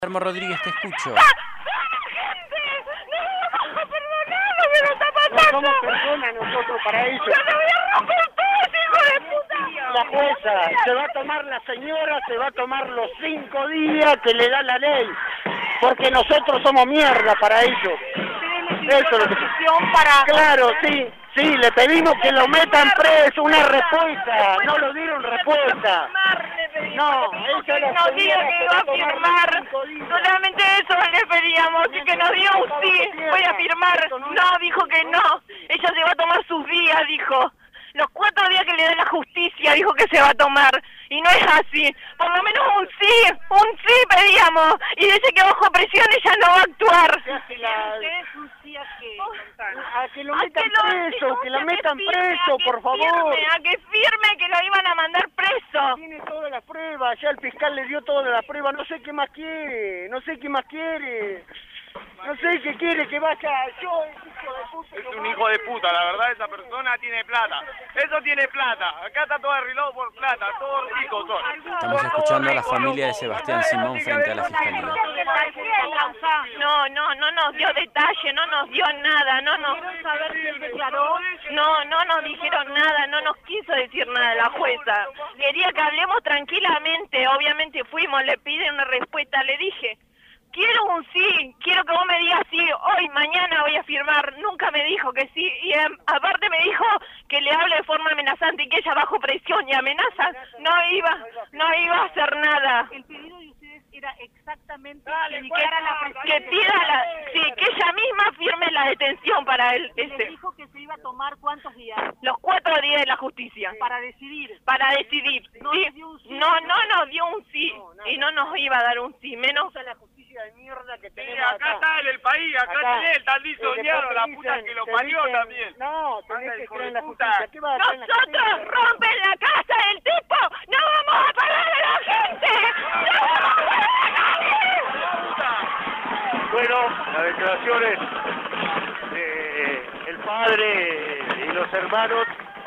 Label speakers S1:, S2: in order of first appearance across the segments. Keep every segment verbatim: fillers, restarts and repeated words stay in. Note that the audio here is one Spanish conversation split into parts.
S1: Guillermo Rodríguez, te escucho.
S2: No somos personas nosotros para eso.
S3: ¡Yo te voy a romper todo, hijo de puta!
S2: La jueza se va a tomar, la señora se va a tomar los cinco días que le da la ley, porque nosotros somos mierda para ellos. Eso es lo que...
S3: para...
S2: Claro, sí, sí, le pedimos que lo metan preso, una respuesta, no lo dieron respuesta. No, ella la
S3: nos diga
S2: señora
S3: que
S2: se
S3: va
S2: va
S3: a
S2: a tomar
S3: firmar,
S2: cinco días.
S3: solamente eso le pedíamos, y que nos diga un sí, voy a firmar. No, dijo que no, ella se va a tomar sus días, dijo. Los cuatro días que le da la justicia, dijo que se va a tomar, y no es así. Por lo menos un sí, un sí pedíamos, y dice que bajo presión ella no va a actuar.
S2: Se hace la- A que lo
S3: A
S2: metan
S3: que lo-
S2: preso, que la
S3: que
S2: metan
S3: firme,
S2: preso,
S3: a que
S2: por favor.
S3: firme, a que firme que lo iban a mandar preso.
S2: Tiene todas las pruebas, ya el fiscal le dio todas las pruebas, no sé qué más quiere, no sé qué más quiere. No sé qué quiere que vaya yo, es hijo de puta.
S4: Es un hijo de puta, la verdad, esa persona tiene plata. Eso tiene plata. Acá está todo arreglado por plata, todos ricos son.
S1: Estamos escuchando a la familia de Sebastián Simón frente a la fiscalía.
S3: No, no, no nos dio detalle, no nos dio nada, no nos... saber si él declaró? No, no nos dijeron nada, no nos quiso decir nada la jueza. Quería que hablemos tranquilamente, obviamente fuimos, le pide una respuesta, le dije... Quiero un sí, quiero que vos me digas sí, hoy, mañana voy a firmar. Nunca me dijo que sí, y eh, aparte me dijo que le hable de forma amenazante y que ella bajo presión y amenazas no iba, no iba a hacer nada.
S5: El pedido de ustedes era exactamente
S4: Dale,
S5: que indicara la
S4: pues,
S5: presión.
S3: Que pida la, sí, que ella misma firme la detención para él,
S5: Le
S3: ese,
S5: dijo que se iba a tomar cuántos días
S3: los cuatro días de la justicia,
S5: para decidir.
S3: para decidir.
S5: No
S3: Sí,
S5: nos dio un sí.
S3: no, no nos dio un sí, y no nos iba a dar un sí, menos...
S2: Esa es la justicia de mierda que
S4: Sí,
S2: tenemos
S4: acá
S2: acá.
S4: está en el país, acá,
S2: Acá.
S4: tenés el tal
S2: Y
S4: soñado,
S2: después
S4: la
S2: te
S4: puta
S2: dicen-
S4: que lo
S2: te
S4: parió
S2: dicen,
S4: también.
S2: No, tenés
S4: Anda,
S2: que
S4: hijo
S2: creer
S4: de
S2: en la
S4: puta.
S2: justicia. ¿Qué vas a hacer en la
S3: Nosotros
S2: justicia?
S3: rompen la casa del tipo, no vamos a parar a la gente, no vamos a parar a la gente.
S2: Bueno, las declaraciones de el padre y los hermanos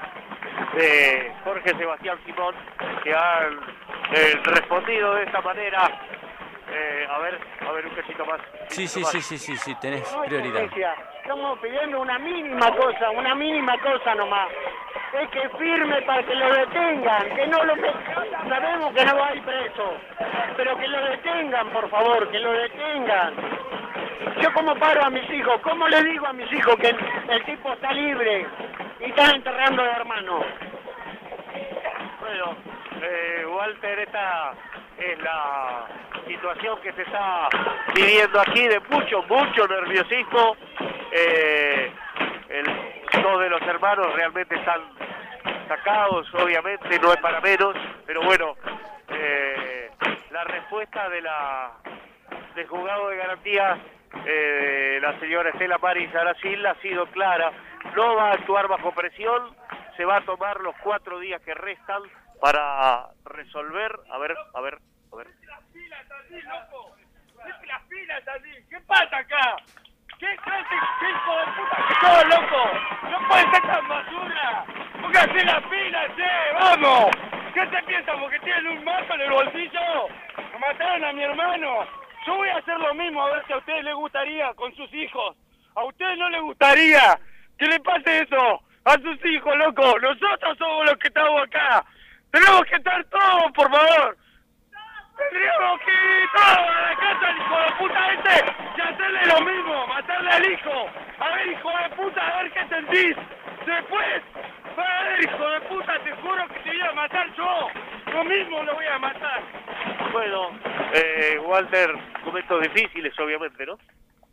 S2: de Jorge Sebastián Simón, que han eh, respondido de esta manera. Eh, a ver, a ver un cachito más.
S1: Sí, sí, sí, sí, sí, sí, tenés
S2: No hay
S1: prioridad.
S2: justicia. Estamos pidiendo una mínima cosa, una mínima cosa nomás. Es que firme para que lo detengan, que no lo met- sabemos que no va a ir preso, pero que lo detengan, por favor, que lo detengan. Yo como paro a mis hijos, ¿cómo le digo a mis hijos que el, el tipo está libre y está enterrando a hermano? Bueno, eh, Walter, esta es la situación que se está viviendo aquí de mucho, mucho nerviosismo. Eh, el, dos de los hermanos realmente están sacados, obviamente, no es para menos, pero bueno, eh, la respuesta de la del juzgado de garantías, eh, la señora Estela Maris Aracil, ha sido clara, no va a actuar bajo presión, se va a tomar los cuatro días que restan para resolver, a ver, a ver, a ver.
S4: Las pilas así, loco. Las pilas así. ¿Qué pasa acá? ¿Qué clase, qué hijo de puta que sos, loco? No puede ser tan basura. Póngase las pilas, eh, vamos. ¿Qué se piensan? ¿Porque tienen un mazo en el bolsillo? Me mataron a mi hermano. Yo voy a hacer lo mismo, a ver si a ustedes les gustaría con sus hijos. A ustedes no les gustaría que le pase eso a sus hijos, loco. Nosotros somos los que estamos acá. Tenemos que estar todos, por favor. Tendríamos que ir todos a la casa al hijo de puta este y hacerle lo mismo, matarle al hijo. A ver, hijo de puta, a ver qué sentís. Después, a ver, hijo de puta, te juro que te voy a matar yo. Yo mismo lo voy a matar.
S2: Bueno, eh, Walter, momentos difíciles, obviamente, ¿no?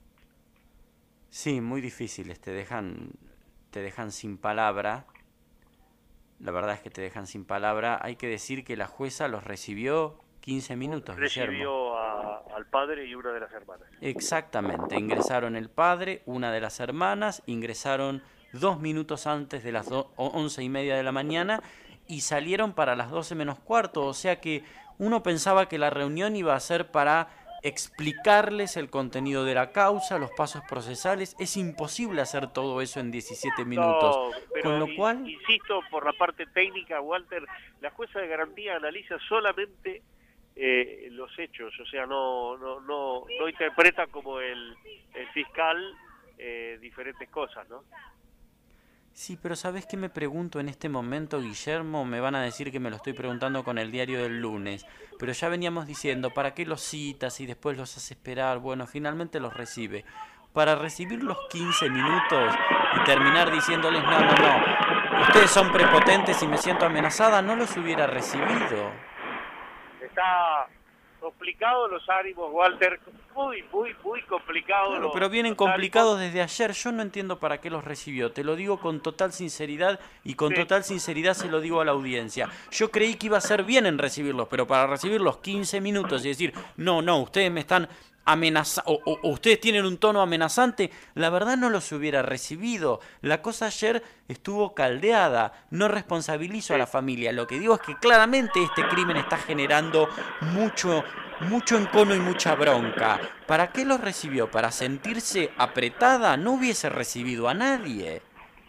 S1: Sí, muy difíciles, te dejan, te dejan sin palabra. La verdad es que te dejan sin palabra. Hay que decir que la jueza los recibió quince minutos, Guillermo.
S2: Recibió a- al padre y una de las hermanas.
S1: Exactamente, ingresaron el padre, una de las hermanas, ingresaron dos minutos antes de las do- once y media de la mañana y salieron para las doce menos cuarto, o sea que uno pensaba que la reunión iba a ser para explicarles el contenido de la causa, los pasos procesales. Es imposible hacer todo eso en diecisiete minutos,
S2: No, pero
S1: con lo
S2: in-
S1: cual...
S2: insisto, por la parte técnica, Walter, la jueza de garantía analiza solamente eh, los hechos, o sea, no no no, no interpretan como el, el fiscal eh, diferentes cosas, ¿no?
S1: Sí, pero ¿sabés qué me pregunto en este momento, Guillermo? Me van a decir que me lo estoy preguntando con el diario del lunes, pero ya veníamos diciendo, ¿para qué los citas y después los hace esperar? Bueno, finalmente los recibe. Para recibir los quince minutos y terminar diciéndoles, no, no, no, ustedes son prepotentes y me siento amenazada, no los hubiera recibido.
S2: Está complicado los ánimos, Walter, muy, muy, muy complicado.
S1: Claro,
S2: los,
S1: pero vienen
S2: los
S1: complicados
S2: ánimos.
S1: desde ayer. Yo no entiendo para qué los recibió. Te lo digo con total sinceridad y con
S2: Sí.
S1: total sinceridad se lo digo a la audiencia. Yo creí que iba a ser bien en recibirlos, pero para recibir los quince minutos y decir, no, no, ustedes me están amenazando, o, o, o ustedes tienen un tono amenazante, la verdad no los hubiera recibido. La cosa ayer estuvo caldeada. No responsabilizo a la familia. Lo que digo es que claramente este crimen está generando mucho... mucho encono y mucha bronca. ¿Para qué los recibió? ¿Para sentirse apretada? No hubiese recibido a nadie.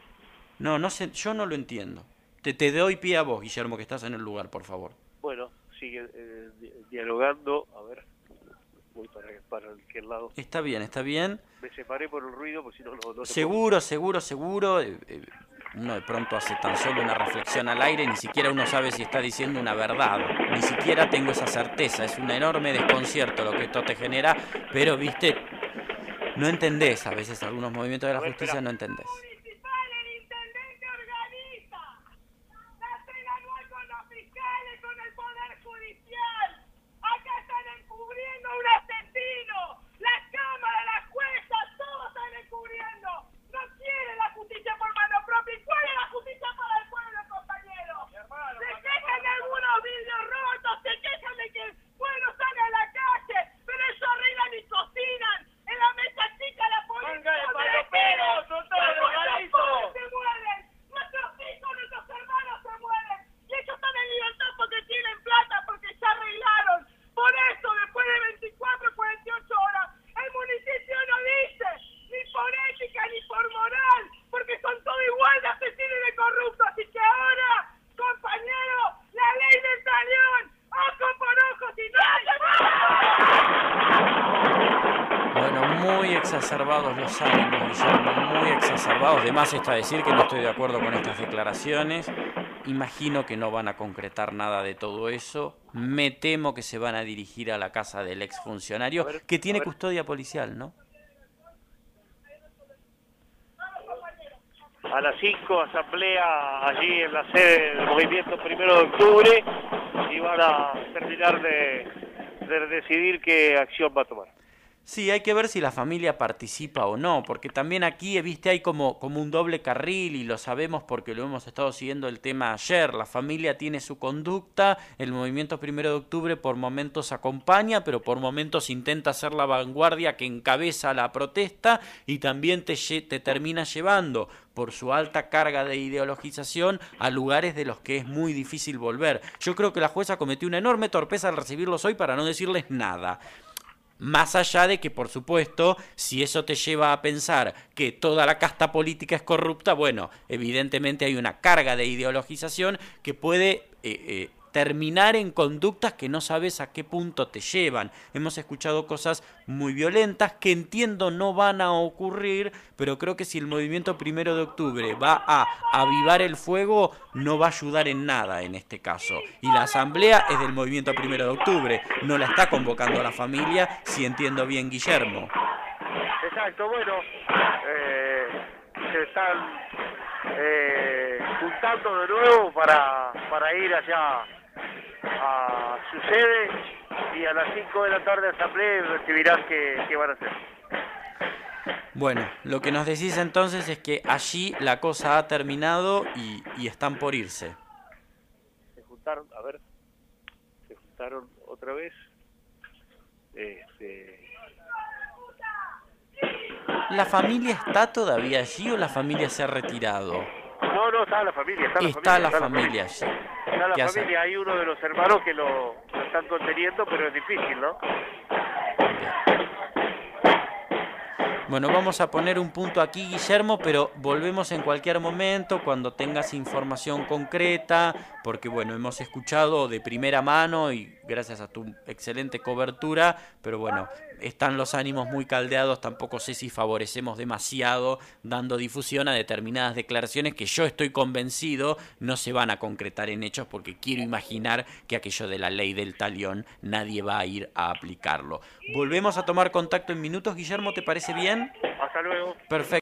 S1: No, no sé, yo no lo entiendo. Te, te doy pie a vos, Guillermo, que estás en el lugar, por favor.
S2: Bueno, sigue eh, di- dialogando, a ver, voy para, para aquel lado.
S1: Está bien, está bien.
S2: Me separé por el ruido, porque si no, no, no te
S1: Seguro, seguro, seguro. eh, eh, Uno de pronto hace tan solo una reflexión al aire, ni siquiera uno sabe si está diciendo una verdad. Ni siquiera tengo esa certeza. Es un enorme desconcierto lo que esto te genera, pero, viste, no entendés a veces algunos movimientos de la
S2: A ver,
S1: justicia,
S2: espera.
S1: no entendés.
S4: Municipal, el intendente organiza la cena anual con los fiscales, con el Poder Judicial. Acá están encubriendo a un asesino. La Cámara, la jueza, todos están encubriendo. No quiere la justicia por mano propia. ¿Y cuál es la justicia para el pueblo, compañeros? Se quejan de algunos vidrios rotos, se quejan de que, bueno, salen a la calle, pero ellos arreglan y cocinan. En la mesa chica la policía...
S2: ¡Manga de paloperos, son todos drogadictos!
S4: ¡Se mueren! ¡Nuestros hijos, nuestros hermanos se mueren! Y ellos están en libertad porque tienen plata, porque ya arreglaron. Por eso, después de veinticuatro, cuarenta y ocho horas, el municipio no dice ni por ética ni por moral, porque son todos igual de asesinos y de corruptos. Así que ahora, compañeros, la ley del talión, ojo por ojo, si no hay...
S1: Bueno, muy exacerbados los ánimos, Guillermo, muy exacerbados. De más está decir que no estoy de acuerdo con estas declaraciones. Imagino que no van a concretar nada de todo eso. Me temo que se van a dirigir a la casa del exfuncionario,
S2: A ver,
S1: que tiene
S2: a ver.
S1: custodia policial, ¿no?
S2: A las cinco, asamblea allí en la sede del movimiento Primero de Octubre, y van a terminar de, de decidir qué acción va a tomar.
S1: Sí, hay que ver si la familia participa o no, porque también aquí, viste, hay como, como un doble carril y lo sabemos porque lo hemos estado siguiendo el tema ayer. La familia tiene su conducta, el movimiento Primero de Octubre por momentos acompaña, pero por momentos intenta ser la vanguardia que encabeza la protesta y también te, lle- te termina llevando por su alta carga de ideologización a lugares de los que es muy difícil volver. Yo creo que la jueza cometió una enorme torpeza al recibirlos hoy para no decirles nada. Más allá de que, por supuesto, si eso te lleva a pensar que toda la casta política es corrupta, bueno, evidentemente hay una carga de ideologización que puede eh, eh, terminar en conductas que no sabes a qué punto te llevan. Hemos escuchado cosas muy violentas que entiendo no van a ocurrir, pero creo que si el movimiento Primero de Octubre va a avivar el fuego, no va a ayudar en nada en este caso. Y la asamblea es del movimiento Primero de Octubre, no la está convocando la familia, si entiendo bien, Guillermo.
S2: Exacto, bueno, eh, se están eh, juntando de nuevo para, para ir allá a su sede, y a las cinco de la tarde asamblea recibirán qué, qué van a hacer.
S1: Bueno, lo que nos decís entonces es que allí la cosa ha terminado y, y están por irse.
S2: Se juntaron, a ver, se juntaron otra vez. Este,
S1: ¿La familia está todavía allí o la familia se ha retirado?
S2: no, no, está la familia, está la
S1: Está la
S2: familia.
S1: familia allí.
S2: Está
S1: ¿Qué
S2: la
S1: hace?
S2: familia, hay uno de los hermanos que lo, lo están conteniendo, pero es difícil, ¿no?
S1: Bueno, vamos a poner un punto aquí, Guillermo, pero volvemos en cualquier momento cuando tengas información concreta, porque bueno, hemos escuchado de primera mano y gracias a tu excelente cobertura, pero bueno, están los ánimos muy caldeados, tampoco sé si favorecemos demasiado dando difusión a determinadas declaraciones que yo estoy convencido no se van a concretar en hechos, porque quiero imaginar que aquello de la ley del talión nadie va a ir a aplicarlo. Volvemos a tomar contacto en minutos, Guillermo, ¿te parece bien?
S2: Hasta luego.
S1: Perfecto.